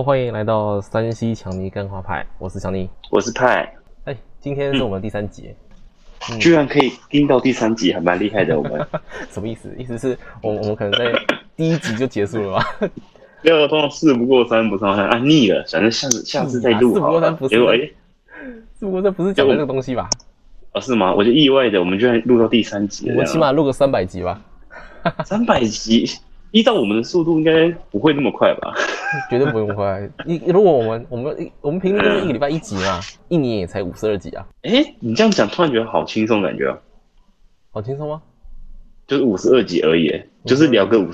欢迎来到山西强尼干花派，我是强尼， 我是派。 今天是我们第3集， 居然可以盯到第3集，还蛮厉害的。我们什么意思？意思是我们可能在第1集就结束了吗？ 没有，通常4不过3不上啊，腻了，反正下次再录好了。结果4 不过3不是讲这个东西吧？ 是吗？我就意外的，我们居然录到第3集了。 我们起码录个300集吧。 300集，依照我们的速度，应该不会那么快吧？ 绝对不用快。如果我们平均就是1个礼拜1集嘛，1年也才52集啊。 你这样讲，突然觉得好轻松，感觉啊。 好轻松吗？ 就是52集而已，就是聊个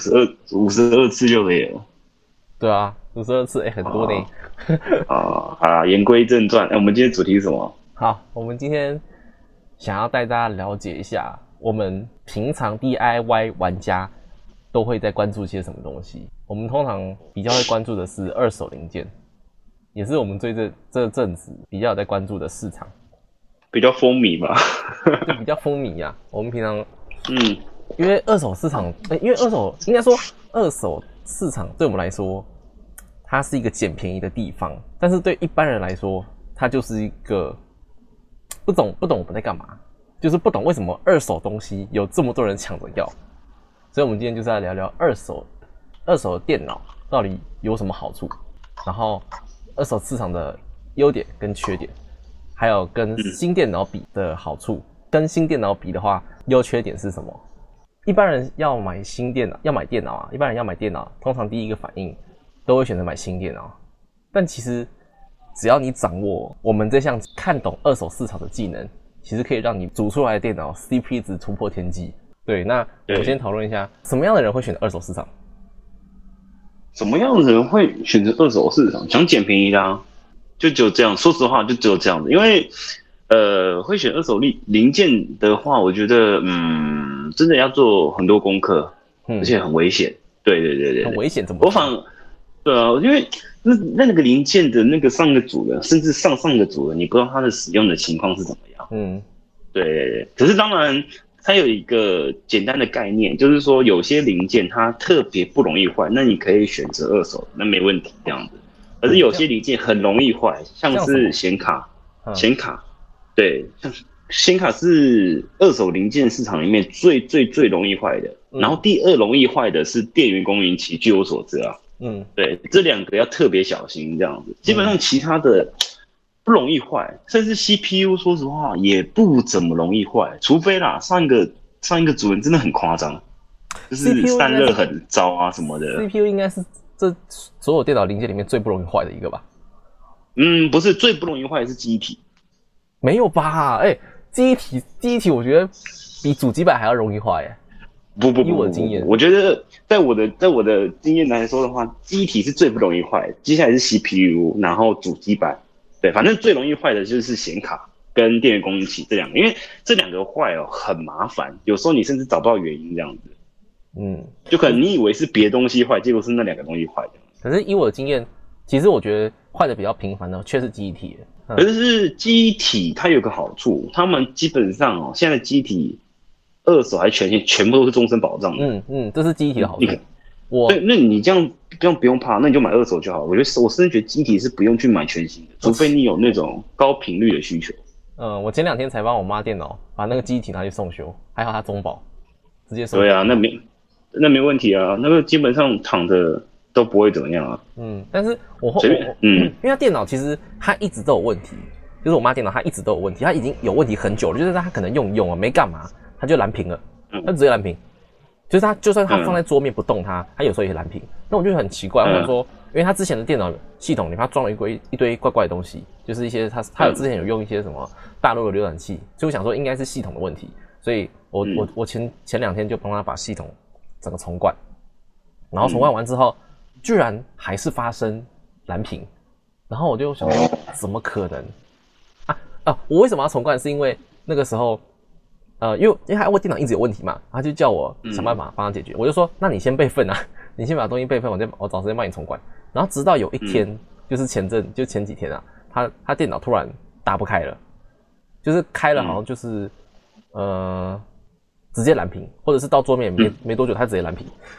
52次就可以了。 对啊，52次，很多呢。 好啦，言归正传，我们今天主题是什么？ 好，我们今天想要带大家了解一下，我们平常 DIY 玩家都会在关注些什么东西。我们通常比较会关注的是二手零件，也是我们这阵子比较有在关注的市场， 比较风靡吧。 就比较风靡啊。我们平常因为二手市场，因为应该说二手市场对我们来说，它是一个捡便宜的地方，但是对一般人来说，它就是一个不懂我们在干嘛，就是不懂为什么二手东西有这么多人抢着要。所以我们今天就是来聊聊二手电脑到底有什么好处，然后二手市场的优点跟缺点，还有跟新电脑比的好处，跟新电脑比的话，优缺点是什么？一般人要买电脑啊，一般人要买电脑，通常第一个反应都会选择买新电脑。但其实只要你掌握我们这项看懂二手市场的技能，其实可以让你组出来的电脑 CP 值突破天际。对，那我们先讨论一下，什么样的人会选择二手市场？ 什么样的人会选择二手市场？想捡便宜的啊，就只有这样。说实话，就只有这样子。因为会选二手零件的话，我觉得真的要做很多功课，而且很危险。对， 很危险，怎么？ 对啊，因为那个零件的那个上个主人，甚至上个主人，你不知道他的使用的情况是怎么样。对。可是当然，它有一个简单的概念，就是说有些零件它特别不容易坏，那你可以选择二手，那没问题这样子。可是有些零件很容易坏，像是显卡，对，像显卡是二手零件市场里面最容易坏的。然后第2容易坏的是电源供应器，据我所知啊。对，这2个要特别小心这样子。基本上其他的不容易坏，甚至 CPU 说实话也不怎么容易坏，除非啦上一个主人真的很夸张，就是散热很糟啊什么的。 CPU 应该是这所有电脑零件里面最不容易坏的一个吧？ 不是，最不容易坏的是机体。 没有吧？机体我觉得比主机板还要容易坏。 不， 以我的经验， 我觉得在我的经验来说的话，机体是最不容易坏的，接下来是 CPU， 然后主机板。对，反正最容易坏的就是显卡跟电源供应器这2个，因为这2个坏很麻烦，有时候你甚至找不到原因这样子。就可能你以为是别的东西坏，结果是那2个东西坏的。 可是以我的经验，其实我觉得坏的比较频繁的却是机体。 可是机体它有个好处，他们基本上现在的机体二手还全部都是终身保障的。 这是机体的好处。 对，那你这样不用怕，那你就买二手就好。我甚至觉得机体是不用去买全新的，除非你有那种高频率的需求。 我前2天才帮我妈电脑把那个机体拿去送修，还好她中保，直接送。 对啊，那没问题啊，那个基本上躺着都不会怎么样啊。 但是因为她电脑其实她一直都有问题，就是我妈电脑她一直都有问题，她已经有问题很久了，就是她可能用没干嘛，她就蓝屏了，她直接蓝屏。就是它，就算它放在桌面不动它有时候也蓝屏。那我就很奇怪，我想说，因为它之前的电脑系统里面它装了一堆怪怪的东西，就是一些它有之前有用一些什么大陆的浏览器，所以我想说应该是系统的问题，所以我前2天就帮他把系统整个重灌，然后重灌完之后，居然还是发生蓝屏，然后我就想说怎么可能我为什么要重灌？是因为那个时候。因为我电脑一直有问题嘛，他就叫我想办法帮他解决。我就说，那你先备份啊，你先把东西备份，我找时间帮你重灌。然后直到有一天，就是前几天啊，他电脑突然打不开了，就是开了好像就是直接蓝屏，或者是到桌面没多久他直接蓝屏。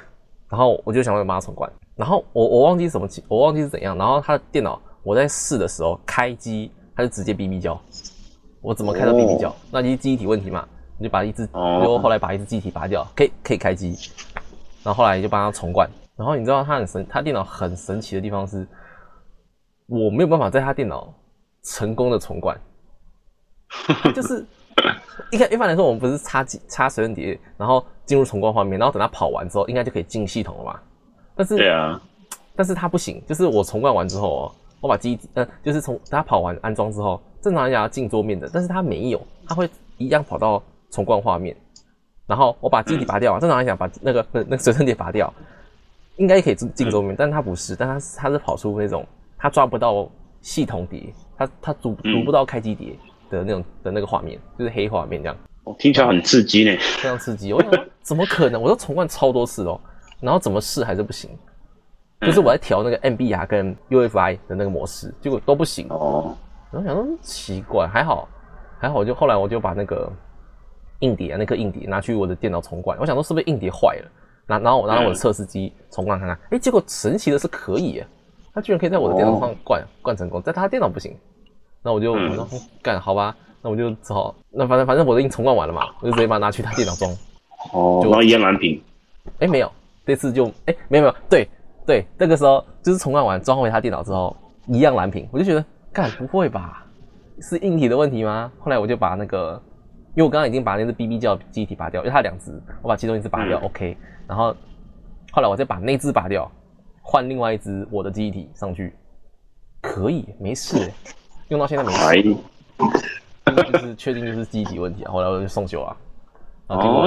然后我就想办法把它重灌，然后我忘记我忘记是怎样，然后他的电脑我在试的时候开机，它就直接哔哔叫，我怎么开都哔哔叫，那就是记忆体问题嘛，我就后来把一只记忆体拔掉，可以开机，然后后来就帮他重灌，然后你知道他电脑很神奇的地方是，我没有办法在他电脑成功的重灌，就是一般来说我们不是插随身碟，然后进入重灌画面，然后等它跑完之后应该就可以进系统了嘛，但是对啊， 但是它不行，就是我重灌完之后我把机就是等它跑完安装之后，正常来讲要进桌面的，但是它没有，它会一样跑到重灌画面，然后我把机体拔掉，正常来讲把那个随身碟拔掉，应该可以进桌面，但是它不是，但它是跑出那种它抓不到系统碟，它读不到开机碟的那个画面，就是黑画面这样。 听起来很刺激呢， 非常刺激。我想怎么可能？我都重灌超多次然后怎么试还是不行。就是我在调那个 MBR 跟 UFI 的那个模式，结果都不行。然后想说奇怪，还好，后来我就把那个硬碟那颗硬碟拿去我的电脑重灌。我想说是不是硬碟坏了？然后我拿我的测试机重灌看看，结果神奇的是可以耶，它居然可以在我的电脑上灌成功，在他的电脑不行。那我说干好吧。那我就只好，那反正我都已经重灌完了嘛，我就直接把它拿去他电脑装。 然后一样蓝屏。 没有，这次就没有，对，那个时候就是重灌完装回他电脑之后一样蓝屏，我就觉得干不会吧，是硬体的问题吗？后来我就把那个，因为我刚刚已经把那只 BB 叫记忆体拔掉，因为它2只，我把其中一只拔掉，OK， 然后后来我再把那只拔掉，换另外一只我的记忆体上去，可以没事，用到现在没事。就是确定就是记忆体问题后来我就送修啊。然后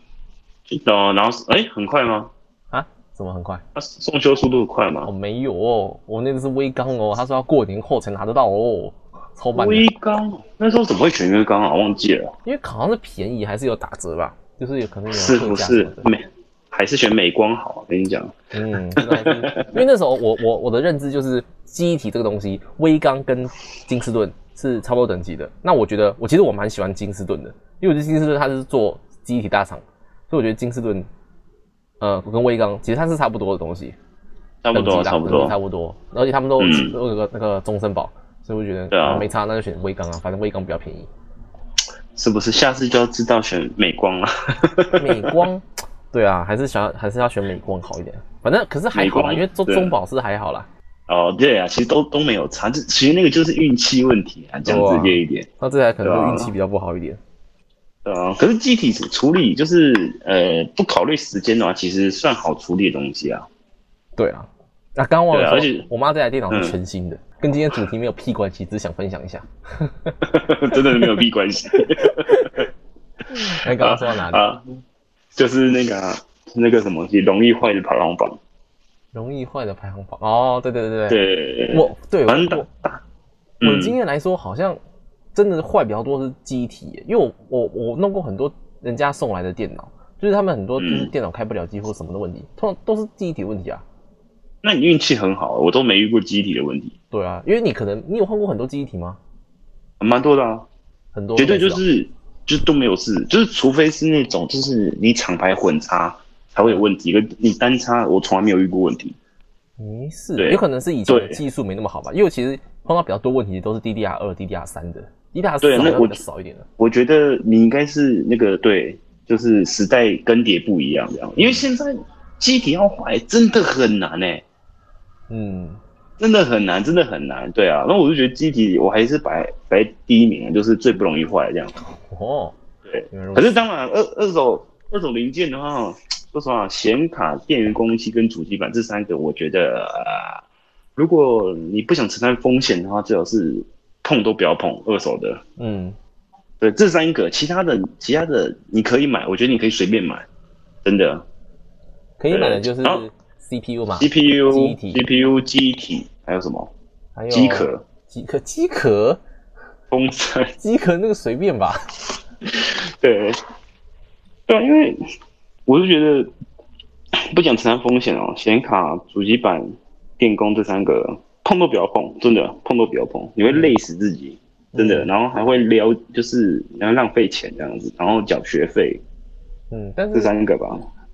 很快吗？ 怎么很快？ 送修速度快吗？ 没有我那个是微刚他说要过年后才拿得到超慢的。 微刚那时候怎么会选微刚啊？忘记了。 因为好像是便宜还是有打折吧，就是有可能有是不是还是选美光好？跟你讲， 因为那时候我的认知就是记忆体这个东西，微刚跟金士顿是差不多等级的。那我觉得其实我蛮喜欢金士顿的，因为我觉得金士顿它是做记忆体大厂，所以我觉得金士顿跟微刚其实它是差不多的东西， 差不多， 而且他们都有那个终身保，所以我觉得没差，那就选微刚啊，反正微刚比较便宜。 是不是下次就要知道选美光了？ 美光，对啊，还是要选美光好一点。反正可是还好啦，因为中保是还好啦。 对啊，其实都没有差，其实那个就是运气问题啊，讲直接一点。 那这台可能就运气比较不好一点。 可是机体处理就是不考虑时间的话，其实算好处理的东西啊。 对啊，刚刚忘了说，而且我妈这台电脑是全新的，跟今天主题没有屁关系，只是想分享一下。 真的没有屁关系。 刚刚说到哪里啊？ 就是那个什么东西容易坏的排行榜。 容易坏的排行榜对，我的经验来说，好像真的坏比较多是记忆体，因为我弄过很多人家送来的电脑，就是他们很多就是电脑开不了机或什么的问题，通常都是记忆体问题啊。 那你运气很好，我都没遇过记忆体的问题。 对啊，因为你有换过很多记忆体吗？ 蛮多的啊， 很多， 绝对就是都没有事，就是除非是那种就是你厂牌混插才会有问题，你单插我从来没有遇过问题。 没事，有可能是以前的技术没那么好吧，因为其实碰到比较多问题都是 DDR2、DDR3 的。DDR4 好像比较少一点的。我觉得你应该是那个对，就是时代更迭不一样这样。因为现在机体要坏真的很难真的很难，真的很难。对啊，那我就觉得机体我还是摆第一名，就是最不容易坏这样。对。可是当然二手零件的话，说实话，显卡、电源供应器跟主机板这3个，我觉得如果你不想承担风险的话，最好是碰都不要碰二手的。对，这3个，其他的你可以买，我觉得你可以随便买，真的。 可以买的就是 CPU 嘛 ，CPU 记忆体，还有什么？ 还有机壳。 机壳？ 风扇。 机壳那个随便吧。 对，因为我就觉得不想承担风险显卡、主机板、电工这3个碰都不要碰，真的碰都不要碰，你会累死自己，真的。然后还会就是你要浪费钱这样子，然后缴学费。但是这3个吧。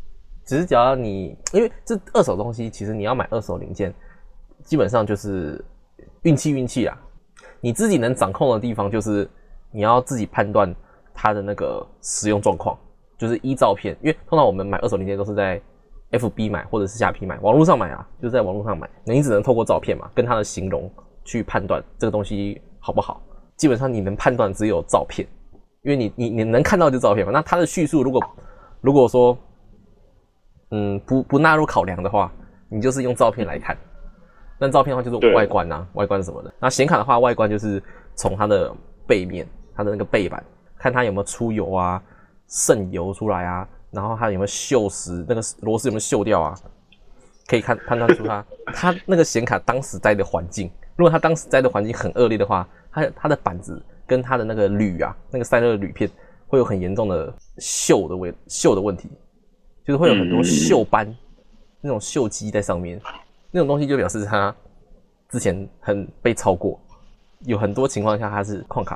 只是只要你，因为这二手东西，其实你要买二手零件，基本上就是运气啊。你自己能掌控的地方，就是你要自己判断它的那个使用状况，就是依照片，因为通常我们买二手零件都是在 FB 买或者是虾皮买，网络上买啊，就是在网络上买，你只能透过照片嘛，跟它的形容去判断这个东西好不好。基本上你能判断只有照片，因为你能看到就是照片嘛。那它的叙述如果说不纳入考量的话，你就是用照片来看。那照片的话就是外观啊，外观什么的。那显卡的话，外观就是从它的背面，它的那个背板，看它有没有出油啊、渗油出来啊，然后它有没有锈蚀，那个螺丝有没有锈掉啊，可以判断出它那个显卡当时在的环境。如果它当时在的环境很恶劣的话，它的板子跟它的那个铝啊，那个散热铝片会有很严重的锈的问题，就是会有很多锈斑，那种锈迹在上面。那种东西就表示它之前很被超过，有很多情况下它是矿卡。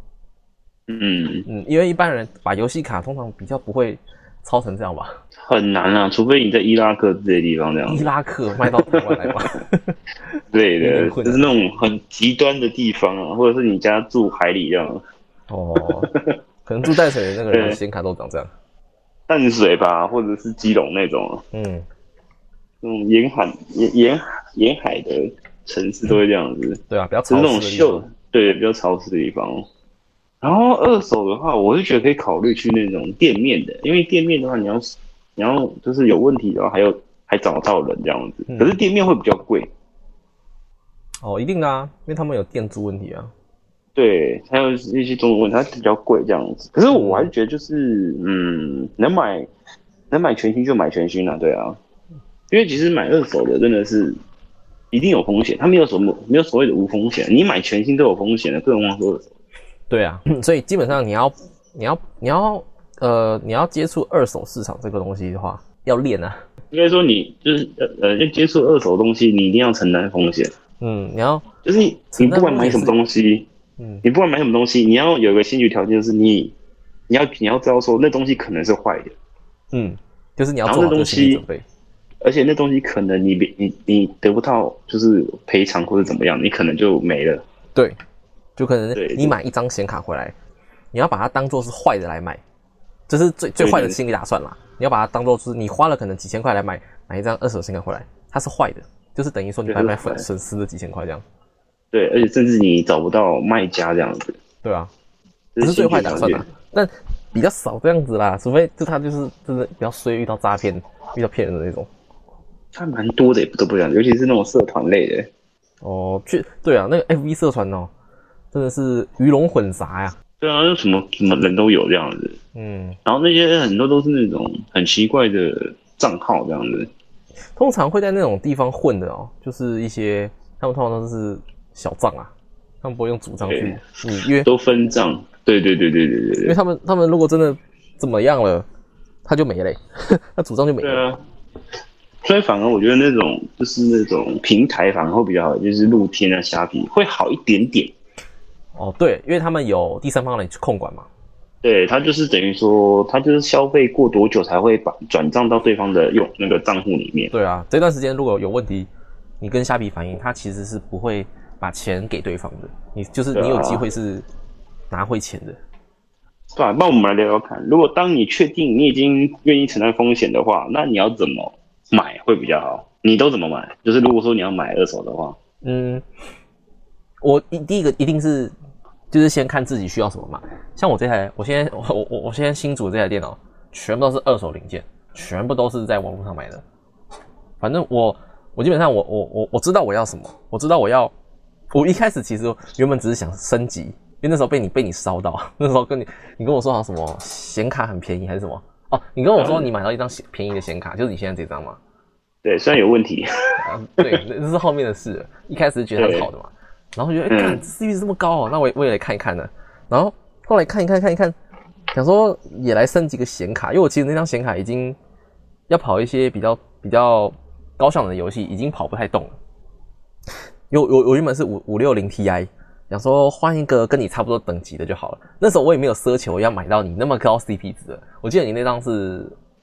因为一般人把游戏卡通常比较不会超成这样吧？ 很难啊，除非你在伊拉克这些地方这样。 伊拉克卖到台湾来吧？ 对的，就是那种很极端的地方啊，或者是你家住海里这样。 哦，可能住淡水的那个人显卡都长这样。 淡水吧，或者是基隆那种。沿海的城市都会这样子。 对啊，比较潮湿的地方。 对，比较潮湿的地方。然后二手的话，我是觉得可以考虑去那种店面的，因为店面的话，你要就是有问题的话，还找到人这样子。可是店面会比较贵。 哦，一定的啊，因为他们有店租问题啊。 对，还有一些种种问题，它比较贵这样子。可是我还是觉得就是能买全新就买全新啊，对啊。因为其实买二手的真的是一定有风险，它没有所谓的无风险，你买全新都有风险的，更何况是二手。 对啊，所以基本上你要接触二手市场这个东西的话，要练啊。 应该说你就是要接触二手东西，你一定要承担风险。 你要就是你不管买什么东西，你不管买什么东西，你要有一个先决条件，就是你要知道说那东西可能是坏的。 就是你要做好这个心理准备。 而且那东西可能你得不到就是赔偿或者怎么样，你可能就没了。 对，就可能你买一张显卡回来，你要把它当作是坏的来买，这是最坏的心理打算啦。你要把它当作是你花了可能几千块来买一张二手显卡回来，它是坏的，就是等于说你白白损失了几千块这样。对， 而且甚至你找不到卖家这样子。 对啊，这是最坏打算啦。但比较少这样子啦，除非他就是真的比较衰，遇到诈骗、遇到骗人的那种。 它蛮多的，也不得不讲，尤其是那种社团类的。 对啊，那个 FB 社团真的是鱼龙混杂呀。 对啊，什么人都有这样子。然后那些很多都是那种很奇怪的账号这样子。 通常会在那种地方混的就是一些他们通常都是小账啊，他们不会用主账去拟约， 都分账。对，因为他们如果真的怎么样了，他就没了，那主账就没了。 对啊。所以反而我觉得那种平台反而会比较好，就是露天啊、虾皮会好一点点。 对，因为他们有第三方来去控管嘛。 对，他就是等于说，他就是消费过多久才会转账到对方的那个账户里面。 对啊，这段时间如果有问题，你跟虾皮反映，他其实是不会把钱给对方的，你有机会是拿回钱的。 对啊，那我们来聊聊看，如果当你确定你已经愿意承担风险的话，那你要怎么买会比较好？你都怎么买？就是如果说你要买二手的话， 我第一个一定是就是先看自己需要什么嘛。像我这台，我现在新组这台电脑，全部都是二手零件，全部都是在网络上买的。反正我基本上我知道我要什么，我一开始其实原本只是想升级，因为那时候被你烧到，那时候你跟我说好像什么显卡很便宜还是什么你跟我说你买到一张便宜的显卡，就是你现在这张嘛。 对，虽然有问题。 对，那是后面的事了。一开始觉得它是好的嘛，然后觉得看CP值这么高那我也来看一看呢。然后后来看一看，想说也来升级个显卡，因为我其实那张显卡已经要跑一些比较高效能的游戏，已经跑不太动了。我原本是560 Ti， 想说换一个跟你差不多等级的就好了。那时候我也没有奢求要买到你那么高 CP 值的，我记得你那张是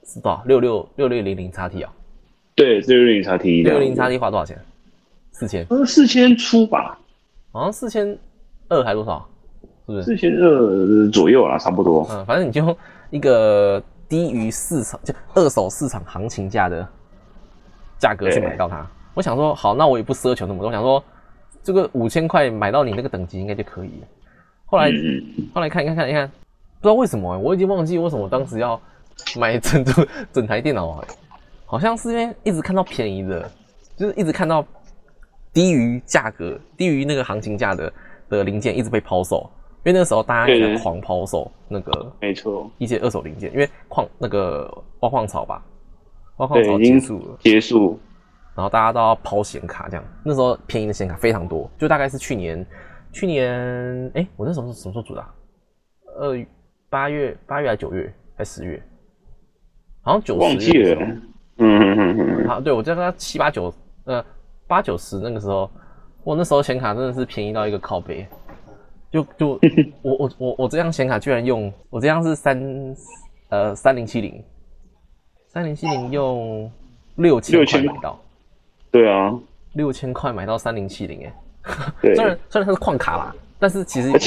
是多少？6600XT 啊？ 对，6600XT。 6600XT花多少钱？4000。 4000出吧？ 好像4200还多少？是不是 ？4200左右啦，差不多。 反正你就一个低于市场就二手市场行情价的价格去买到它。我想说，好，那我也不奢求那么多。我想说，这个5000块买到你那个等级应该就可以了。后来看，不知道为什么我已经忘记为什么我当时要买整台电脑了。好像是因为一直看到便宜的，就是一直看到低于价格、低于那个行情价的零件一直被抛售。因为那个时候大家也在狂抛售那个， 没错， 一些二手零件，因为那个挖矿潮吧，挖矿潮结束， 然后大家都要抛显卡这样。那时候便宜的显卡非常多，就大概是去年，我那时候是什么时候组的？8月还是9月还是10月？好像9、10月。忘记了。 对，我记得他7、8、9，8、9、10那个时候，我那时候显卡真的是便宜到一个靠北。就我这样显卡居然用，我这样是3070用6000块买到。 对啊 ，6000块买到3070 对， 虽然它是矿卡啦，但是其实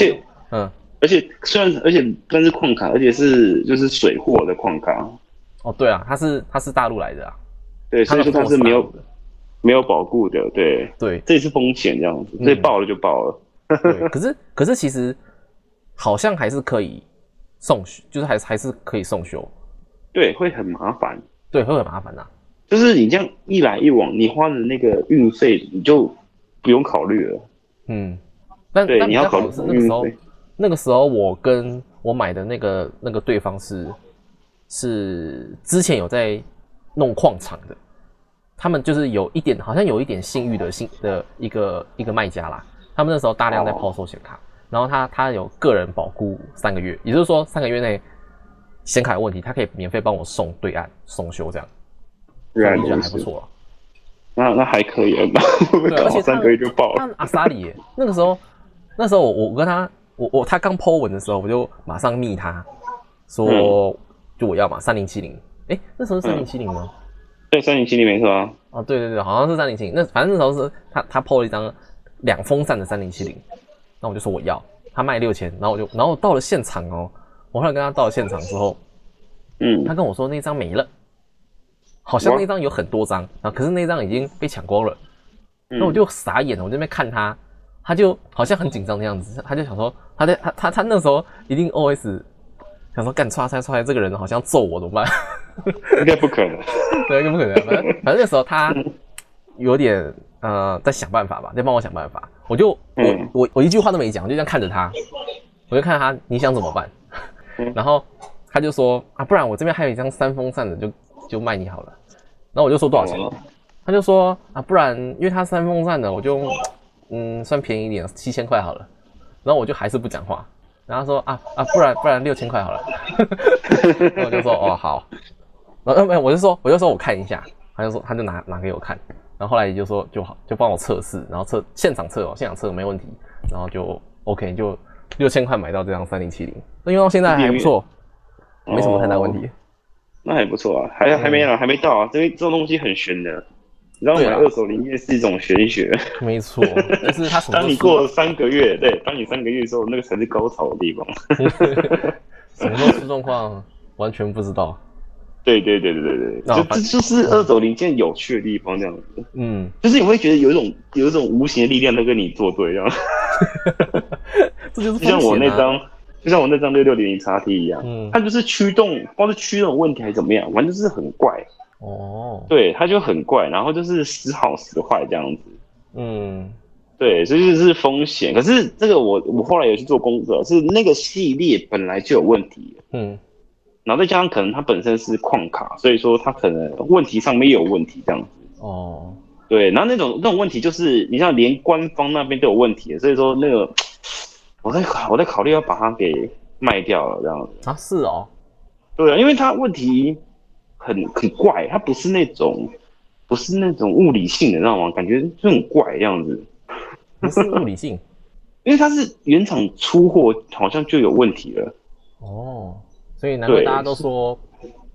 但是矿卡，而且是就是水货的矿卡。 哦，对啊，它是大陆来的啊。 对，所以说它是没有保固的。对，这也是风险这样子，所以爆了就爆了。 对，可是其实好像还是可以送修，就是还是可以送修。 对，会很麻烦。 对，会很麻烦啊。 就是你这样一来一往，你花的那个运费你就不用考虑了。 但你要考虑那个时候我跟我买的那个对方是之前有在弄矿场的，他们就是好像有一点信誉的一个卖家啦。他们那时候大量在抛售显卡，然后他有个人保固3个月，也就是说3个月内显卡有问题，他可以免费帮我送对岸送修这样，我觉得还不错了。那还可以了吧？对，而且3个月就爆了。 阿萨里耶，那时候我跟他他刚 po 文的时候，我就马上密他说，就我要嘛3070，那时候是3070吗？ 对，3070没错啊。 哦，对，好像是3070。那反正那时候是他 po 了一张2风扇的3070，那我就说我要，他卖6000，然后我到了现场哦，我后来跟他到了现场之后，他跟我说那张没了，好像那张有很多张，可是那张已经被抢光了，那我就傻眼了，我在那边看他就好像很紧张的样子，他就想说他那时候一定 OS 想说干刷这个人好像揍我怎么办？ 应该不可能， 对，应该不可能，反正那时候他有点。在想办法吧，在帮我想办法。我一句话都没讲，我就这样看着他，我就看他，你想怎么办？然后他就说不然我这边还有一张3风扇的，就卖你好了。然后我就说多少钱？他就说不然因为他3风扇的，我就算便宜一点，7000块好了。然后我就还是不讲话，然后他说不然6000块好了。然后我就说哦好，然后我就说我看一下，他就拿给我看。然后后来也就说就帮我测试，然后现场测没问题，然后就 OK， 就6000块买到这张3070，那用到现在还不错，没什么太大问题。 那还不错啊，还没到啊，这种东西很玄的，你知道买二手零件是一种玄学。 没错，但是他当你过了3个月，对，当你3个月的时候，那个才是高潮的地方。 什么时候出状况完全不知道。 对，这就是二手零件有趣的地方，这样子。就是你会觉得有一种无形的力量在跟你作对，这样。 这就是就像我那张6600XT一样，它就是驱动，不知道是驱动问题还是怎么样，反正就是很怪。对，它就很怪，然后就是时好时坏这样子。对，所以就是风险。可是这个我后来有去做功课，是那个系列本来就有问题。然后再加上可能它本身是矿卡，所以说它可能问题上面也有问题这样子。对，然后那种问题就是你像连官方那边都有问题，所以说那个我在考虑要把它给卖掉了这样子。 是哦。 对啊，因为它问题很怪，它不是那种物理性的，知道吗？感觉就很怪这样子。 不是物理性， 因为它是原厂出货好像就有问题了。 所以难怪大家都说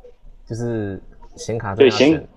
就是显卡对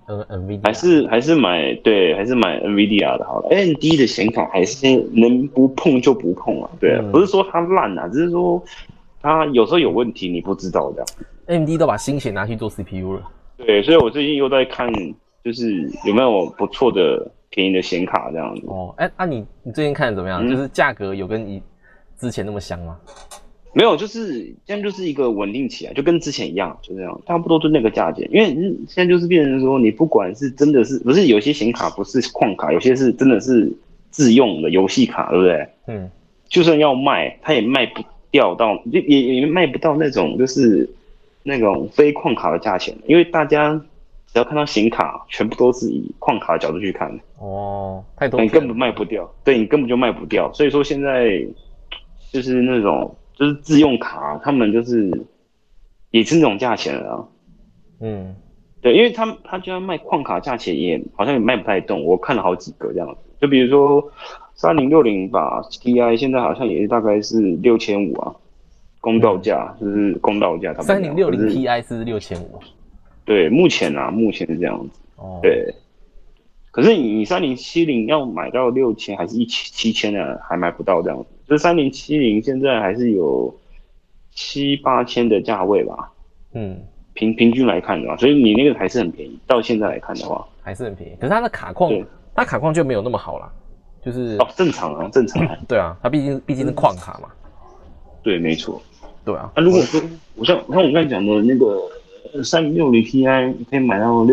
NVIDIA 还是买 NVIDIA 的好了。AMD 的显卡还是能不碰就不碰啊，对啊，不是说它烂啊，只是说它有时候有问题你不知道的。 AMD 都把心血拿去做 CPU 了。 对，所以我最近又在看，就是有没有不错的便宜的显卡这样子。 哦，你最近看的怎么样？就是价格有跟之前那么香吗？ 没有，就是现在就是一个稳定起来，就跟之前一样，就这样，差不多就那个价钱。因为现在就是变成说，你不管是真的是不是有些显卡不是矿卡，有些是真的是自用的游戏卡，对不对？嗯，就算要卖，它也卖不掉到，也卖不到那种就是那种非矿卡的价钱，因为大家只要看到显卡，全部都是以矿卡的角度去看。 哦，太多， 你根本卖不掉，对你根本就卖不掉。所以说现在就是那种。就是自用卡，他们就是也是那种价钱了啊。嗯，对，因为他居然卖矿卡价钱也好像也卖不太动，我看了好几个这样子。就比如说3060吧 Ti 现在好像也是大概是6500啊，公道价就是公道价。 3060 Ti 是6500。 对，目前是这样子。哦，对。可是你3070要买到6000还是7000呢？还买不到这样子。就3070现在还是有7-8千的价位吧。嗯，平均来看的话，所以你那个还是很便宜。到现在来看的话， 还是很便宜。可是它的卡矿就没有那么好啦，就是正常啊，正常。 对啊，它毕竟是矿卡嘛。对， 没错。 对啊。 那如果说像我刚才讲的那个3060 Ti， 你可以买到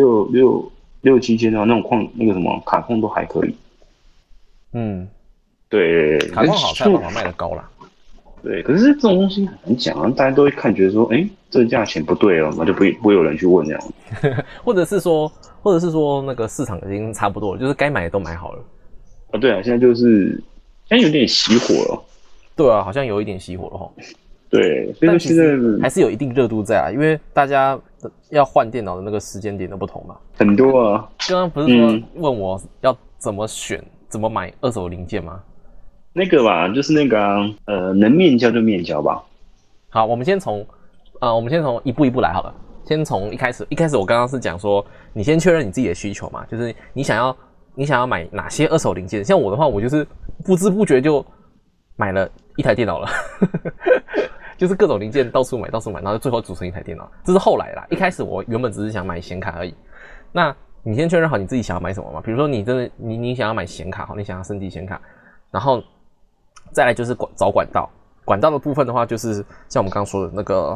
6-7千的那种矿，那个什么卡矿都还可以。嗯，对， 卡矿好才有办法卖得高啦。 对，可是这种东西很难讲啊，大家都会看觉得说，这个价钱不对哦，那就不会有人去问这样。 或者是说那个市场已经差不多了，就是该买的都买好了。 啊，对啊，现在有点熄火了。 对啊，好像有一点熄火了齁。 对，所以现在还是有一定热度在啊，因为大家要换电脑的那个时间点都不同嘛。 很多啊。 刚刚不是说问我要怎么选、怎么买二手零件吗？ 那个吧，就是那个能面交就面交吧。 好，我们先从一步一步来好了。先从一开始我刚刚是讲说，你先确认你自己的需求嘛，就是你想要买哪些二手零件。像我的话，我就是不知不觉就买了一台电脑了。就是各种零件到处买，然后最后组成一台电脑。这是后来啦，一开始我原本只是想买显卡而已。那你先确认好你自己想要买什么嘛？比如说你真的你想要买显卡，你想要升级显卡，然后再来就是找管道。管道的部分的话，就是像我们刚刚说的那个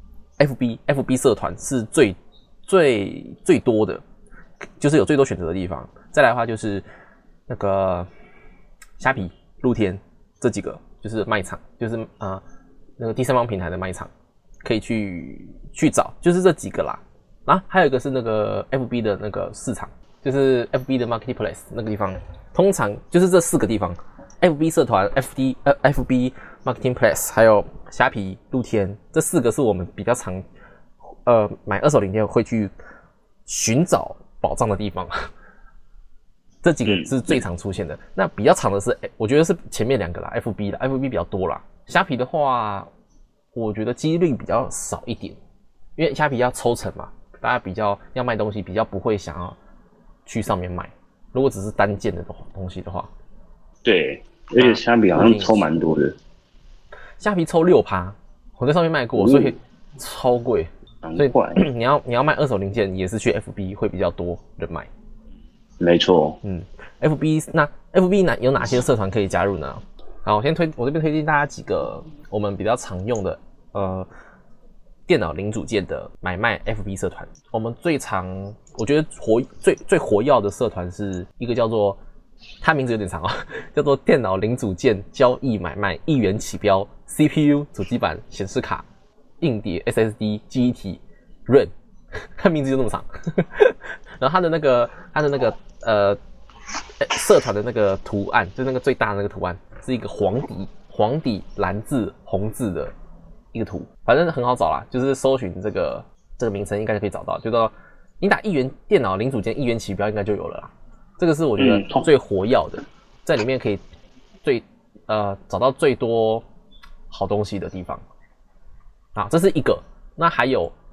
FB 社团是最多的，就是有最多选择的地方。再来的话就是那个虾皮、露天这几个就是卖场，就是那个第三方平台的卖场可以去找，就是这几个啦。啊，还有一个是那个 FB 的那个市场，就是 FB 的 Marketplace 那个地方，通常就是这4个地方 ：FB 社团、FB Marketplace， 还有虾皮、露天，这4个是我们比较常买二手零件会去寻找宝藏的地方。这几个是最常出现的。那比较长的是，我觉得是前面2个啦 ，FB 的 FB 比较多啦。虾皮的话，我觉得几率比较少一点，因为虾皮要抽成嘛，大家比较要卖东西，比较不会想要去上面卖。如果只是单件的东西的话， 对，而且虾皮好像抽蛮多的。 虾皮抽6%，我在上面卖过，所以超贵。所以你要卖二手零件，也是去 FB 会比较多人买。 没错。 FB 有哪些社团可以加入呢？好，我这边推荐大家几个我们比较常用的电脑零组件的买卖 FB 社团。我们我觉得最活跃的社团是一个叫做，它名字有点长叫做电脑零组件交易买卖1元起标 CPU 主机板显示卡硬碟 SSD 记忆体 RAM， 它名字就那么长。然后它的那个社团的那个图案，就是那个最大的那个图案，是一个黄底蓝字红字的一个图，反正很好找啦，就是搜寻这个名称应该就可以找到，就到你打1元电脑零组件1元起标应该就有了啦。这个是我觉得最活跃的，在里面可以找到最多好东西的地方。好，这是一个。那还有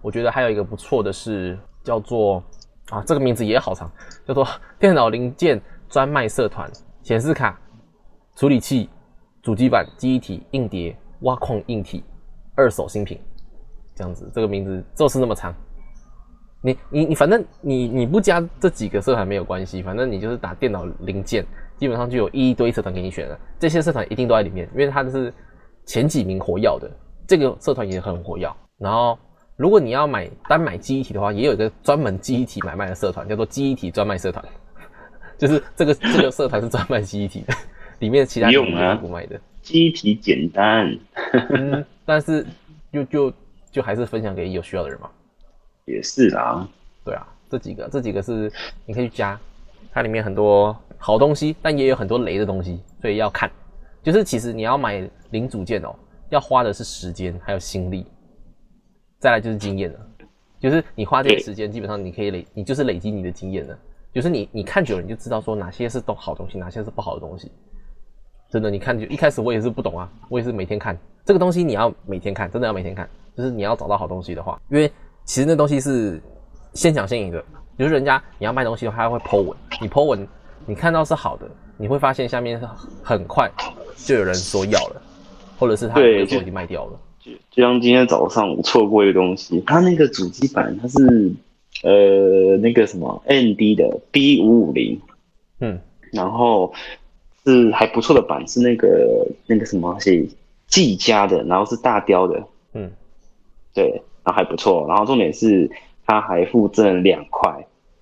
我觉得还有一个不错的是叫做这个名字也好长，叫做电脑零件专卖社团，显示卡、处理器、主机板、记忆体、硬碟、挖矿硬体、二手新品，这样子，这个名字就是那么长。你反正你不加这几个社团没有关系，反正你就是打电脑零件，基本上就有一堆社团给你选了，这些社团一定都在里面，因为它是前几名活跃的，这个社团也很活跃。然后如果你要单买记忆体的话，也有一个专门记忆体买卖的社团，叫做记忆体专卖社团，就是这个社团是专卖记忆体的，里面其他地方不卖的。 记忆体简单， 但是就还是分享给有需要的人嘛。 也是啦， 对啊，这几个是你可以去加，它里面很多好东西，但也有很多雷的东西，所以要看。就是其实你要买零组件要花的是时间还有心力，再来就是经验了。就是你花这些时间，基本上你就是累积你的经验了。就是你看久了，你就知道说哪些是好东西，哪些是不好的东西。真的，你看一开始我也是不懂啊，我也是每天看这个东西，你要每天看，真的要每天看。就是你要找到好东西的话，因为其实那东西是先抢先赢的，就是人家你要卖东西的话，他会 po 文，你 po 文，你看到是好的，你会发现下面很快就有人说要了，或者是他有时候已经卖掉了。 就像今天早上我错过一个东西，它那个主机板它是那个什么 AMD 的 B550，然后是还不错的板，是那个什么是技嘉的，然后是大雕的，对。然后还不错，然后重点是它还附赠2块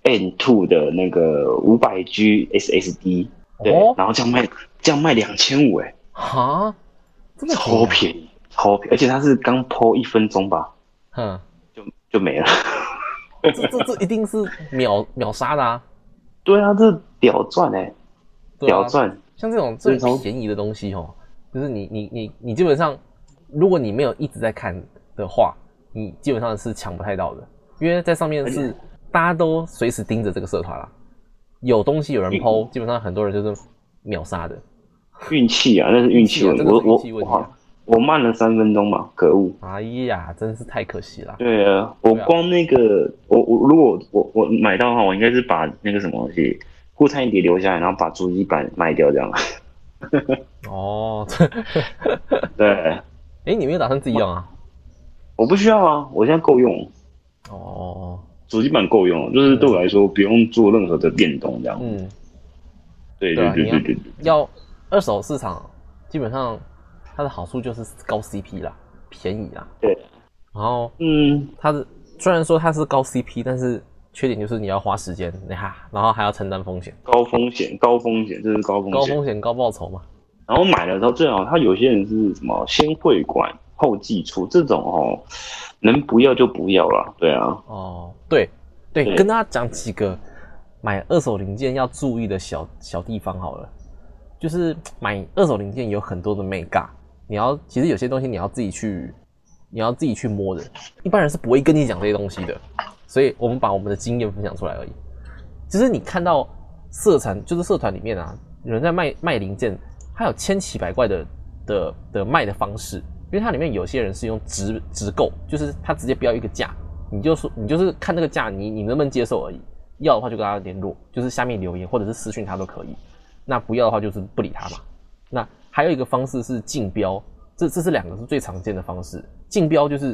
N2 的那个500G SSD， 对，然后这样卖2500 哈，这么超便宜，而且它是刚po1分钟吧，就没了。 这一定是秒杀的啊！ 对啊，这屌赚屌赚！ 像这种最便宜的东西就是你基本上，如果你没有一直在看的话，你基本上是抢不太到的，因为在上面是大家都随时盯着这个社团啦，有东西有人 po， 基本上很多人就是秒杀的。 运气啊，那是运气问题。我慢了3分钟嘛，可恶！ 哎呀，真是太可惜了。 对啊，我光那个如果我买到的话，我应该是把那个什么东西固态硬碟留下来，然后把主机板卖掉这样。对。 你没有打算自己用啊？ 我不需要啊，我现在够用。主机板够用，就是对我来说不用做任何的变动这样。对。 要二手市场，基本上它的好处就是高 CP 啦，便宜啦。 对。 然后它的虽然说它是高 CP， 但是缺点就是你要花时间，然后还要承担风险。 高风险，这是高风险。 高风险高报酬嘛。 然后买了之后最好，他有些人是什么先汇款后寄出，这种能不要就不要啦。对啊。 对，跟大家讲几个买二手零件要注意的小地方好了。就是买二手零件有很多的美感，其实有些东西你要自己去摸的，一般人是不会跟你讲这些东西的，所以我们把我们的经验分享出来而已。就是你看到社团里面有人在卖零件，它有千奇百怪的卖的方式，因为它里面有些人是用直购，就是他直接标一个价，你就是看那个价，你能不能接受而已。要的话就跟他联络，就是下面留言或者是私讯他都可以。那不要的话就是不理他嘛。那还有一个方式是竞标，这是2个是最常见的方式。竞标就是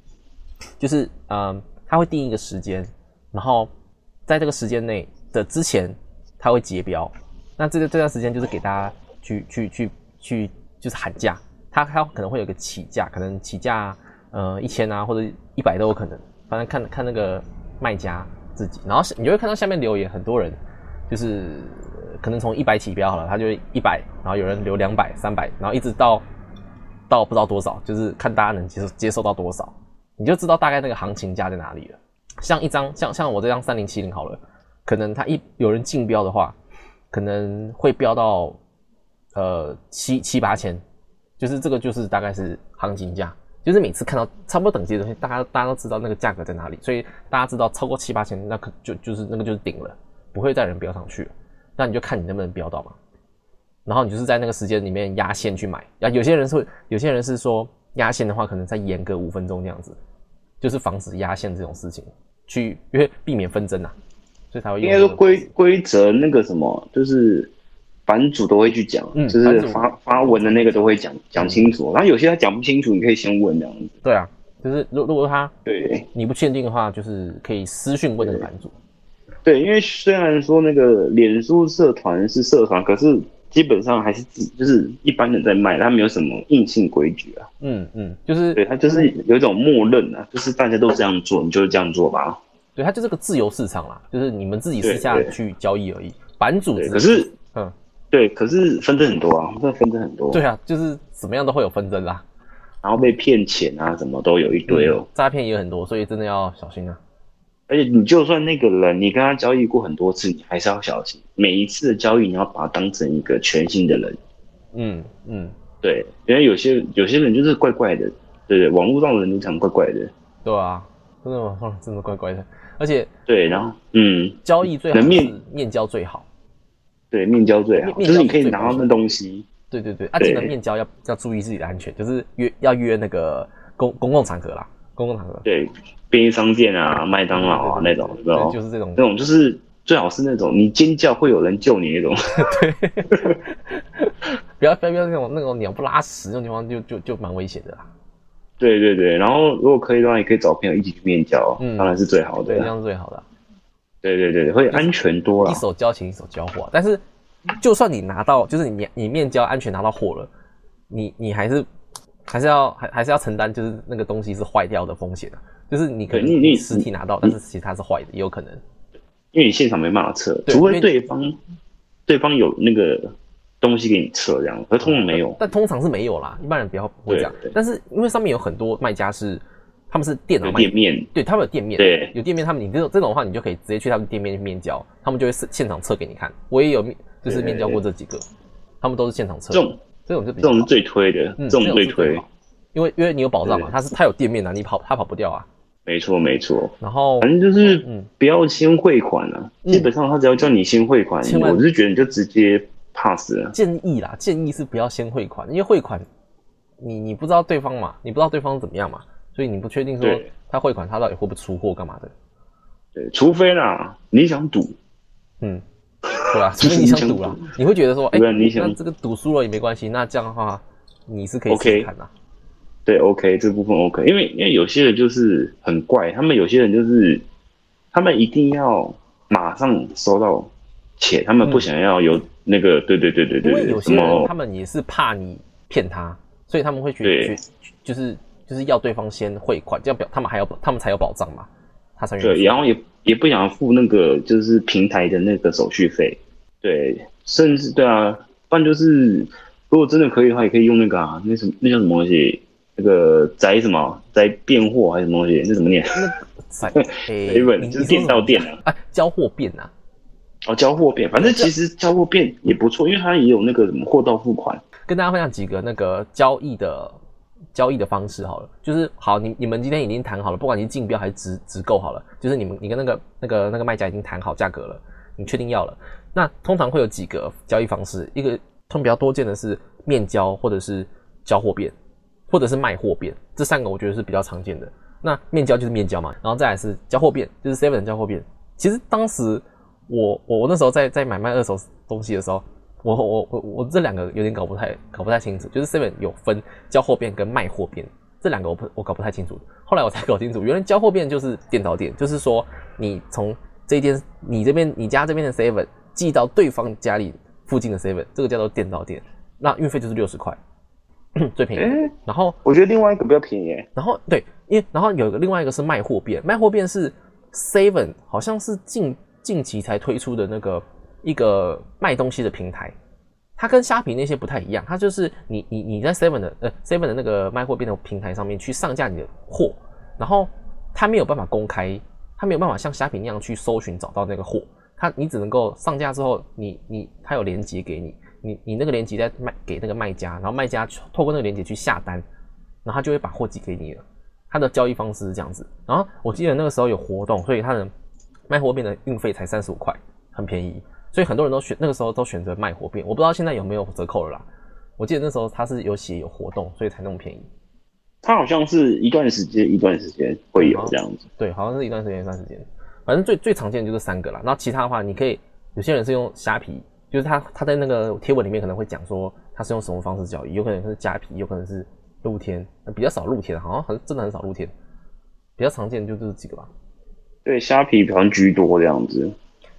他会定一个时间，然后在这个时间内的之前他会结标。那这段时间就是给大家去就是喊价，他可能会有个起价，可能起价1000啊或者100都有可能，反正看那个卖家自己。然后你就会看到下面留言，很多人就是可能从100起标好了，他就100，然后有人留200、300，然后一直到不知道多少，就是看大家能接受到多少，你就知道大概那个行情价在哪里了。像一张像我这张3070好了，可能他有人竞标的话，可能会标到7、8千，就是这个就是大概是行情价，就是每次看到差不多等级的东西，大家都知道那个价格在哪里，所以大家知道超过7、8千，那就是那个就是顶了，不会再有人标上去了。那你就看你能不能标到嘛。然后你就是在那个时间里面压线去买。有些人是说压线的话，可能再延个5分钟这样子， 就是防止压线这种事情，因为避免纷争啊，所以才会用。 应该说规则那个什么，就是版主都会去讲，就是发文的那个都会讲清楚。然后有些他讲不清楚，你可以先问这样子。 对啊，就是如果他你不确定的话，就是可以私讯问那个版主。 对，因为虽然说那个脸书社团是社团，可是基本上还是就是一般人在卖，他没有什么硬性规矩啊。 就是对，他就是有一种默认啊，就是大家都这样做，你就是这样做吧。 对，它就是个自由市场啦，就是你们自己私下去交易而已。版主可是对，可是纷争很多啊，纷争很多。 对啊，就是怎么样都会有纷争啦， 然后被骗钱啊，什么都有一堆哦， 诈骗也有很多，所以真的要小心啊。 而且你就算那个人，你跟他交易过很多次，你还是要小心。每一次的交易，你要把他当成一个全新的人。对，因为有些人就是怪怪的，对，网络上的人都常怪怪的。 对啊，真的网上真的怪怪的，而且对，然后交易最好是面交最好。 对，面交最好，就是你可以拿到那东西。 对，记得面交要注意自己的安全，就是要约那个公共场合啦，公共场合。 对。便利商店啊，麦当劳啊那种，有没有？ 就是这种， 那种就是最好是那种你尖叫会有人救你那种。 对，不要那种鸟不拉屎那种地方就蛮危险的啦。 对，然后如果可以的话，也可以找朋友一起去面交，当然是最好的。 对，这样是最好的。 对，会安全多啦。 一手交钱一手交货，但是就算你拿到，就是你面交安全拿到货了，你还是要承担，就是那个东西是坏掉的风险啊。就是你可能你实体拿到，但是其实它是坏的，也有可能。 因为你现场没办法测，除非对方有那个东西给你测这样，可通常没有。 但通常是没有啦，一般人不会这样。但是因为上面有很多卖家他们是电脑卖店面， 对，他们有店面， 对， 有店面，你这种的话，你就可以直接去他们店面面交，他们就会现场测给你看。我也有就是面交过这几个，他们都是现场测。这种是最推的，这种最推。 因为你有保障嘛，他有店面啊，他跑不掉啊。 没错。 然后反正就是不要先汇款啊，基本上他只要叫你先汇款，我是觉得你就直接 pass 了。 建议是不要先汇款，因为汇款你不知道对方嘛，你不知道对方怎么样嘛，所以你不确定说他汇款他到底会不会出货干嘛的。 对，除非啦你想赌， 对啊，除非你想赌啦，你会觉得说，那这个赌输了也没关系，那这样的话你是可以试试看的。 对 ，OK， 这部分 OK， 因为有些人就是很怪，他们有些人就是他们一定要马上收到钱，他们不想要有那个，对， 因为有些人他们也是怕你骗他，所以他们会就是要对方先汇款，这样他们才有保障嘛，他才对，然后也不想付那个就是平台的那个手续费，对，甚至对啊，不然就是如果真的可以的话，也可以用那个那叫什么东西。那个宅变货还是什么东西？那怎么念？ 宅就是店到店啊，交货变啊。 交货变，反正其实交货变也不错，因为它也有那个什么货到付款。 跟大家分享几个那个交易的方式好了，就是好，你们今天已经谈好了，不管你是竞标还是直购好了，就是你跟那个卖家已经谈好价格了，你确定要了，那通常会有几个交易方式，一个通常比较多见的是面交，或者是交货变。或者是卖货变，这三个我觉得是比较常见的。那面交就是面交嘛，然后再来是交货变，就是 7 的交货变。其实当时我那时候在买卖二手东西的时候，我这两个有点搞不太清楚，就是 7 有分交货变跟卖货变，这两个我搞不太清楚。后来我才搞清楚，原来交货变就是店到店，就是说你从你家这边的 7 寄到对方家里附近的 7，这个叫做店到店，那运费就是60块。最便宜的，然后我觉得另外一个比较便宜。 然后对，然后有另外一个是卖货变，卖货变是 7 好像是近期才推出的那个一个卖东西的平台，它跟虾皮那些不太一样，它就是你在 7 的那个卖货变的平台上面去上架你的货，然后它没有办法公开，它没有办法像虾皮那样去搜寻找到那个货，你只能够上架之后，它有连结给你。你那个连结再给那个卖家，然后卖家透过那个连结去下单，然后他就会把货寄给你了。他的交易方式是这样子。然后我记得那个时候有活动，所以他的卖货变的运费才35块，很便宜。所以很多人那个时候都选择卖货变。我不知道现在有没有折扣了啦。我记得那时候他是有活动，所以才那么便宜。 它好像是一段时间会有这样子。 对，好像是一段时间一段时间。反正最常见的就是3个啦。然后其他的话，你可以有些人是用虾皮，就是他在那个贴文里面可能会讲说他是用什么方式交易，有可能是虾皮，有可能是露天，比较少露天，好像真的很少露天。比较常见的就这几个吧。 对，虾皮好像居多这样子。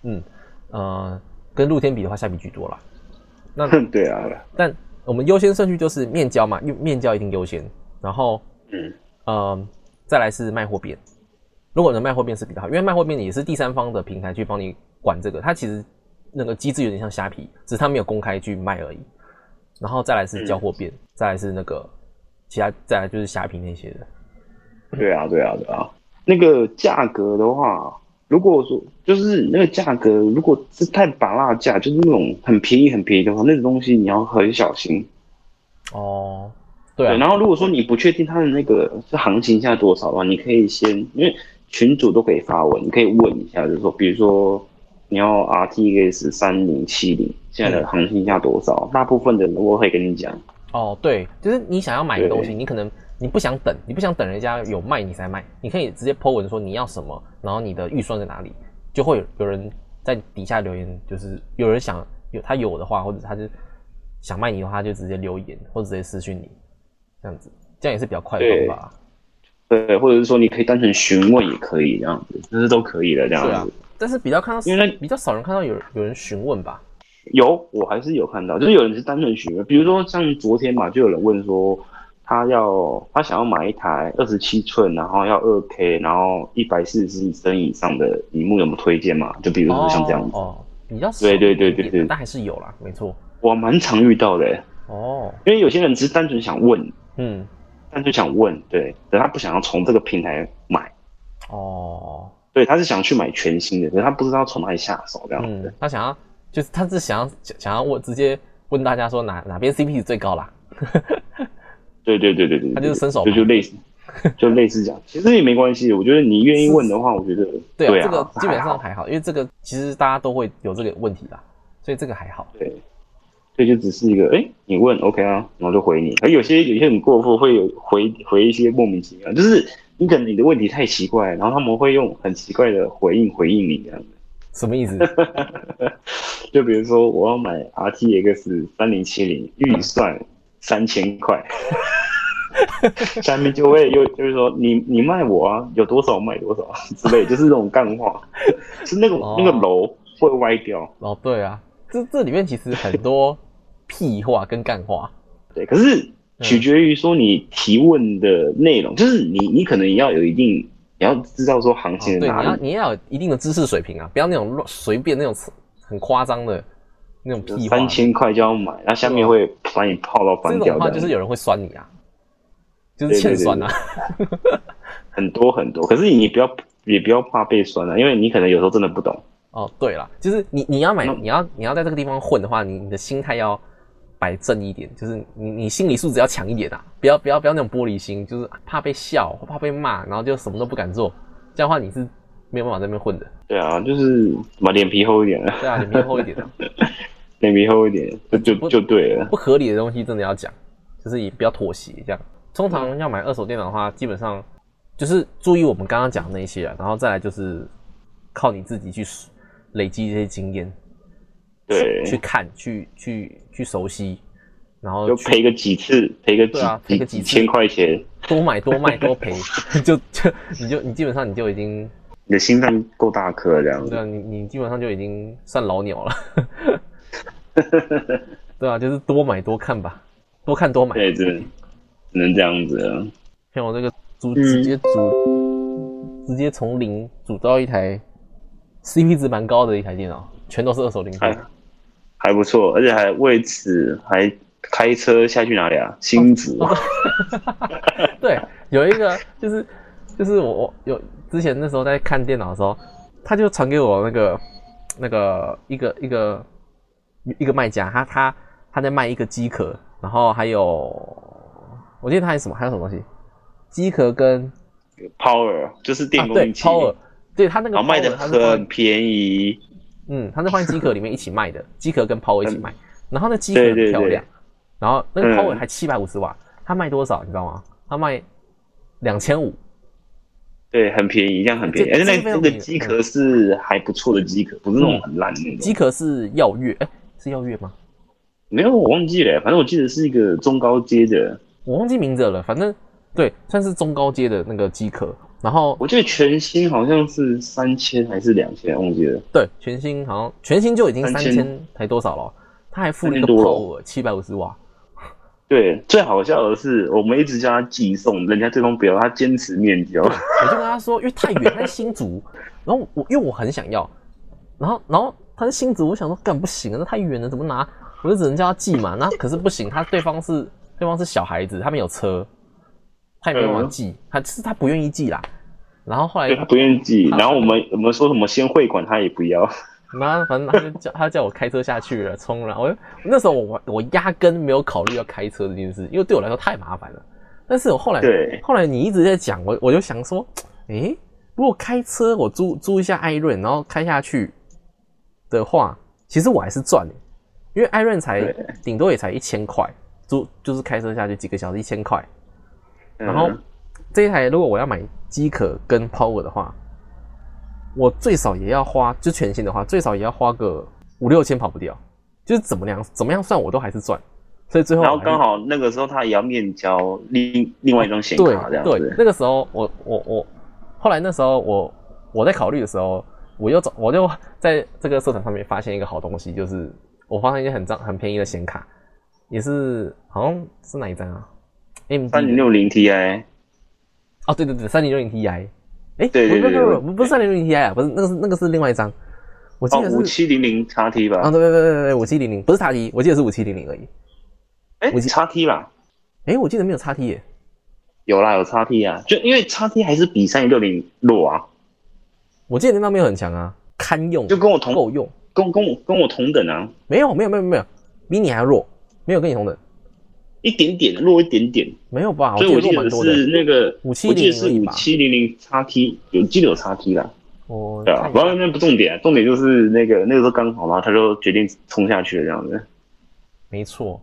跟露天比的话，虾皮居多啦。那对啊， 但我们优先顺序就是面交嘛，面交一定优先，然后再来是卖货边。如果能卖货边是比较好，因为卖货边也是第三方的平台去帮你管这个，它其实那个机制有点像虾皮，只是它没有公开去卖而已。然后再来是交货边，再来是那个其他，再来就是虾皮那些的。 对啊。那个价格的话，如果说就是那个价格，如果是太拔辣价，就是那种很便宜的话，那种东西你要很小心。 哦，对啊。 然后如果说你不确定它的那个是行情现在多少的话，你可以先，因为群组都可以发文，你可以问一下，就是说，比如说你要 RTX 3070现在的行情价多少，大部分的人我会跟你讲。 哦，对，就是你想要买的东西，你可能你不想等人家有卖你才买，你可以直接 po 文说你要什么，然后你的预算在哪里，就会有人在底下留言，就是有人他有的话，或者他就想卖你的话，他就直接留言或者直接私讯你，这样子，这样也是比较快的方法。 对，或者是说你可以单纯询问也可以这样子，这是都可以的这样子。对啊， 但是比较看到，因为比较少人看到有人询问吧。 我还是有看到，就是有人是单纯询问，比如说像昨天嘛，就有人问说他想要买一台27寸，然后要2K， 然后140帧以上的萤幕有没有推荐嘛？就比如说像这样子。 比较少。对，但还是有啦，没错。 我蛮常遇到的。因为有些人只是单纯想问，单纯想问，对，但他不想要从这个平台买。对，他是想去买全新的，可是他不知道从哪里下手这样子。 他是想要问，直接问大家说哪边 CP 值最高啦。 对， 他就是伸手就类似这样，其实也没关系，我觉得你愿意问的话，我觉得对啊，这个基本上还好，因为这个其实大家都会有这个问题啦，所以这个还好。 对，就只是一个你问 OK 啊，然后就回你。而有些很过分，会有回一些莫名其妙，就是你可能你的问题太奇怪，然后他们会用很奇怪的回应你这样子。 什么意思？ 就比如说我要买 RTX 3070，预算3000块，下面就会就是说你卖我啊，有多少卖多少之类，就是这种干话，是那个楼会歪掉。 对啊，这里面其实很多屁话跟干话。 对，可是取决于说你提问的内容，就是你可能也要有一定，你要知道说行情在哪里。 对，你要有一定的知识水平啊，不要那种随便那种很夸张的那种屁话。 3000块就要买，然后下面会把你泡到翻掉。 这种话就是有人会酸你啊，就是欠酸啊。 对，很多，可是你也不要怕被酸啊，因为你可能有时候真的不懂。 对啦，就是你要买，你要在这个地方混的话，你的心态要摆正一点，就是你心理素质要强一点啊，不要那种玻璃心，就是怕被笑，怕被骂，然后就什么都不敢做，这样的话你是没有办法在那边混的。 对啊，就是把脸皮厚一点啊。 对啊，脸皮厚一点啊。 脸皮厚一点就对了。 不合理的东西真的要讲，就是也不要妥协这样。通常要买二手电脑的话，基本上就是注意我们刚刚讲的那一些啊，然后再来就是靠你自己去累积这些经验， 对， 去看，去熟悉，然后就赔个几次，赔个几千块钱， 多买多卖多赔，你基本上你就已经你的心脏够大颗这样子。 对啊，你基本上就已经算老鸟了。对啊，就是多买多看吧，多看多买。 对，只能这样子啊。 像我这个直接从零组到一台 CP 值蛮高的一台电脑，全都是二手零件， 还不错，而且还为此还开车下去哪里啊？新竹。 对，有一个就是我有之前那时候在看电脑的时候，他就传给我那个一个卖家，他在卖一个机壳，然后还有我记得他还有什么东西，机壳跟 Power 就是电工器。 对 Power， 对他那个 Power, 卖的很便宜。 他是放在机壳里面一起卖的，机壳跟 Power 一起卖，然后那机壳很漂亮，然后那个 Power 还750瓦，他卖多少你知道吗？他卖 2500。 对，很便宜，这样很便宜，而且那个机壳是还不错的机壳，不是那种很烂的那种。 机壳是耀月，是耀月吗？ 没有，我忘记了，反正我记得是一个中高阶的， 我忘记名字了，反正对，算是中高阶的那个机壳。然后我记得全新好像是3000还是2000，忘记了。 对，全新好像全新就已经3000才多少了，它还附那个 Power 750瓦。对， 最好笑的是，我们一直叫他寄送，人家对方不要，他坚持面交。 我就跟他说，因为太远，在新竹，然后因为我很想要，然后他是新竹，我想说干不行啊，那太远了，怎么拿？我就只能叫他寄嘛。那可是不行，对方是小孩子，他没有车，他也没办法寄，他不愿意寄啦。然后后来他不愿意寄，然后我们说什么先汇款，他也不要。 然后反正他叫我开车下去了，冲了。那时候我压根没有考虑要开车这件事，因为对我来说太麻烦了。但是我后来你一直在讲，我就想说，如果开车我租一下艾润，然后开下去的话，其实我还是赚的，因为艾润顶多也才1000块，就是开车下去几个小时1000块。然后这一台如果我要买机壳跟 Power 的话，我最少也要花，就全新的话，最少也要花个5-6千跑不掉，就是怎么样算我都还是赚，所以最后然后刚好那个时候他也要面交另外一张显卡这样子。 对，那个时候我后来那时候我在考虑的时候，我就在这个社团上面发现一个好东西，就是我发现一件很便宜的显卡，也是好像是哪一张啊 ？3060 Ti。 哦，对，3060 Ti。 对， 不是3060 Ti 啊，不是那个是另外一张，我记得是 5700 XT 吧？ 对，5700不是 XT， 我记得是5700而已。 XT 吧？ 我记得没有 XT 耶。 有啦，有 XT 啊，就因为 XT 还是比3060弱啊。 我记得那张没有很强啊，堪用， 就跟我够用， 跟我同等啊。 没有，比你还弱，没有跟你同等。 一点点弱一点点， 没有吧？ 所以我记得是那个 5700 5700 XT， 记得有 XT 啦。对啊，不过那不重点，重点就是那个时候刚好，然后他就决定冲下去了这样子。 没错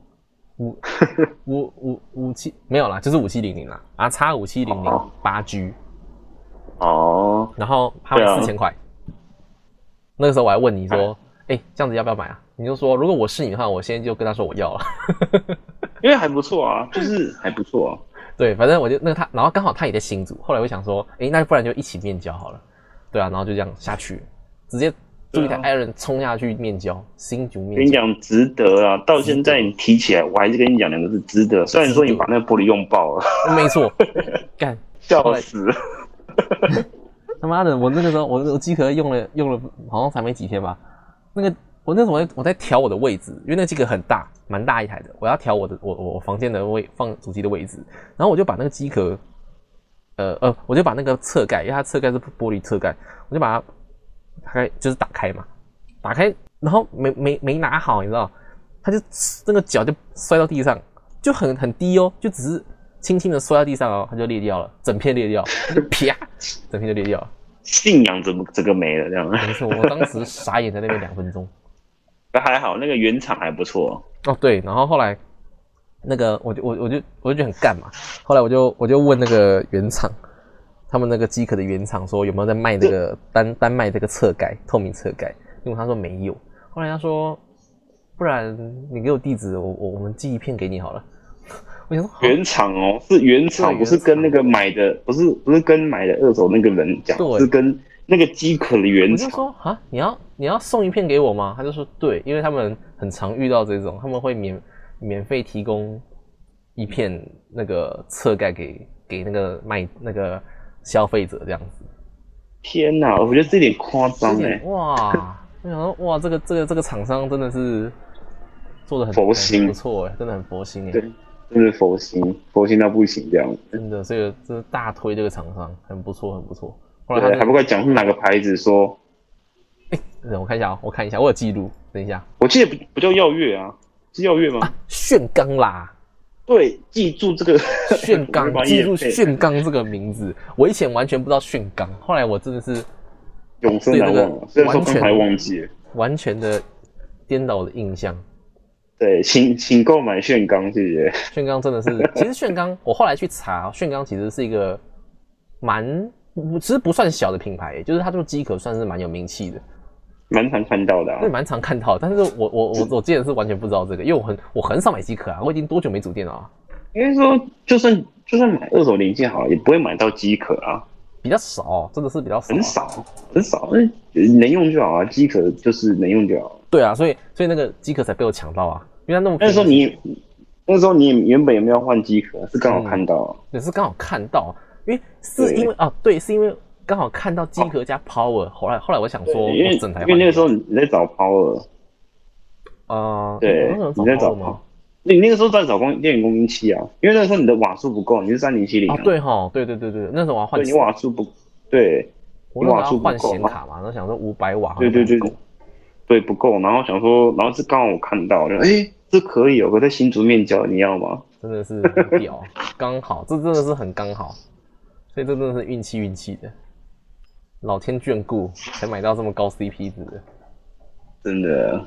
，57没有啦，就是5700啦，X5700 8G。 哦， 然后它4000块。那个时候我还问你说，这样子要不要买啊？你就说如果我是你的话，我现在就跟他说我要了。 因为还不错啊，就是还不错啊。 对，反正我就然后刚好他也在新竹，后来我想说，那不然就一起面交好了。对啊，然后就这样下去，直接租一台 Iron 冲下去面交，新竹面交。跟你讲值得啊，到现在你提起来，我还是跟你讲2个字值得。虽然说你把那个玻璃用爆了， 没错，干笑死了。 他妈的，我那个时候我机壳用了，好像才没几天吧。我那时候我在调我的位置，因为那个机壳很大，蛮大一台的，我要调我房间的放主机的位置，然后我就把那个机壳，我就把那个侧盖，因为它侧盖是玻璃侧盖，我就把它就是打开嘛，打开，然后没拿好，你知道，它就那个脚就摔到地上，就很低哦，就只是轻轻的摔到地上哦，它就裂掉了，整片裂掉，啪，整片就裂掉了。 信仰整个没了这样。 没错，我当时傻眼在那边2分钟。 还好，那个原厂还不错哦。对，然后后来那个我就觉得很干嘛。后来我就问那个原厂，他们那个机壳的原厂说有没有在卖这个单卖这个侧盖，透明侧盖，因为他说没有。后来他说，不然你给我地址，我们寄一片给你好了。我想说原厂哦，是原厂，不是跟那个买的，不是跟买的二手那个人讲，是跟那个机壳的原厂。 我就说啊，你要送一片给我吗？他就说对，因为他们很常遇到这种，他们会免费提供一片那个侧盖给那个卖那个消费者这样子。 天哪，我觉得这点夸张哇！我想说哇，这个厂商真的是做的很佛心， 不错真的很佛心对，真的佛心到不行这样。 真的，所以这是大推这个厂商，很不错。 后来还不快讲是哪个牌子说？ 我看一下我看一下，我有记录。等一下， 我记得不叫耀月啊，是耀月吗？ 炫刚啦。 对，记住这个炫刚，记住炫刚这个名字。我以前完全不知道炫刚，后来我真的是永生难忘了，虽然说刚才忘记了， 完全的颠倒我的印象。 对，请购买炫刚，谢谢。 炫刚真的是，其实炫刚我后来去查，炫刚其实是一个其实不算小的品牌，就是它做机壳算是蛮有名气的， 蛮常看到的啊。 对，蛮常看到的。但是我之前是完全不知道这个，因为我很少买机壳啊，我已经多久没组电脑啊？ 应该说，就算买二手零件好了，也不会买到机壳啊。 比较少，真的是比较少， 很少，能用就好啊，机壳就是能用就好。 对啊，所以那个机壳才被我抢到啊，因为它那么那时候你原本有没有换机壳？是刚好看到啊， 也是刚好看到，因为是因为刚好看到机壳加 Power，后来我想说， 因为那个时候你在找 Power，对，你在找 Power。你那个时候在找电源供应器啊，因为那个时候你的瓦数不够，你是3070啊。 对齁，对，那时候我要换， 你瓦数不，对， 我那时候要换显卡嘛，然后想说500瓦， 对不够，然后想说，然后是刚好我看到，就这可以有个在新竹面交，你要吗？ 真的是很屌，刚好，这真的是很刚好，所以这真的是运气的，老天眷顾才买到这么高 CP 值的， 真的。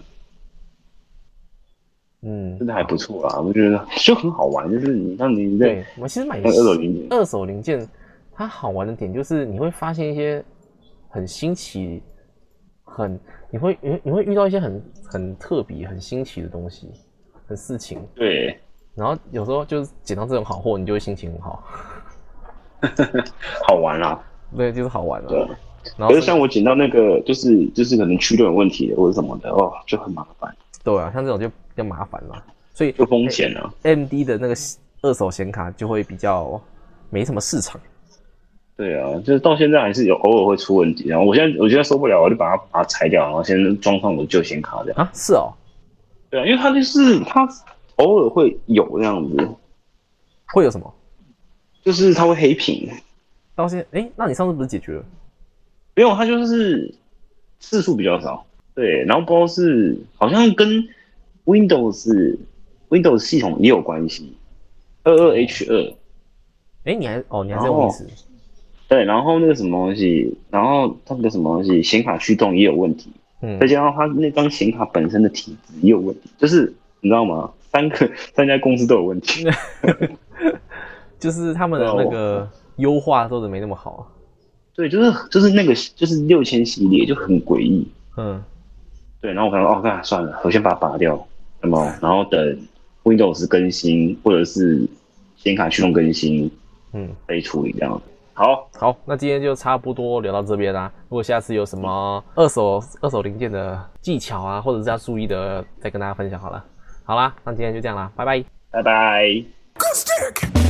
真的还不错啦，我觉得就很好玩，就是你在对，我其实买二手零件，它好玩的点就是你会发现一些很新奇，你会遇到一些很特别、很新奇的东西，很事情。 对， 然后有时候就是捡到这种好货，你就会心情很好， 好玩啦。 对，就是好玩了。 对，然后可是像我捡到那个就是可能驱动有问题的或者什么的就很麻烦。 对啊，像这种就比较麻烦了，所以就风险了。 AMD 的那个二手显卡就会比较没什么市场。对啊，就是到现在还是偶尔会出问题。然后我现在受不了，我就把它拆掉，然后先装上我的旧显卡这样。 啊，是哦。 对啊，因为它偶尔会有这样子。 会有什么？ 就是它会黑屏。 到现在，那你上次不是解决了？ 没有，它就是次数比较少。对，然后不知道是好像跟 Windows 系统也有关系，22H2。 你还是用Windows？ 对，然后那个什么东西，然后它那个什么东西，显卡驱动也有问题，再加上它那张显卡本身的体质也有问题，就是你知道吗？三家公司都有问题， 就是他们的那个优化做的没那么好。 对，就是那个就是6000系列就很诡异。对，然后我想说，算了，我先把它拔掉，然后等 Windows 更新或者是显卡驱动更新，再处理这样。好， 那今天就差不多聊到这边啦。如果下次有什么二手零件的技巧啊，或者是要注意的，再跟大家分享好了。好啦，那今天就这样啦，拜拜， 拜拜。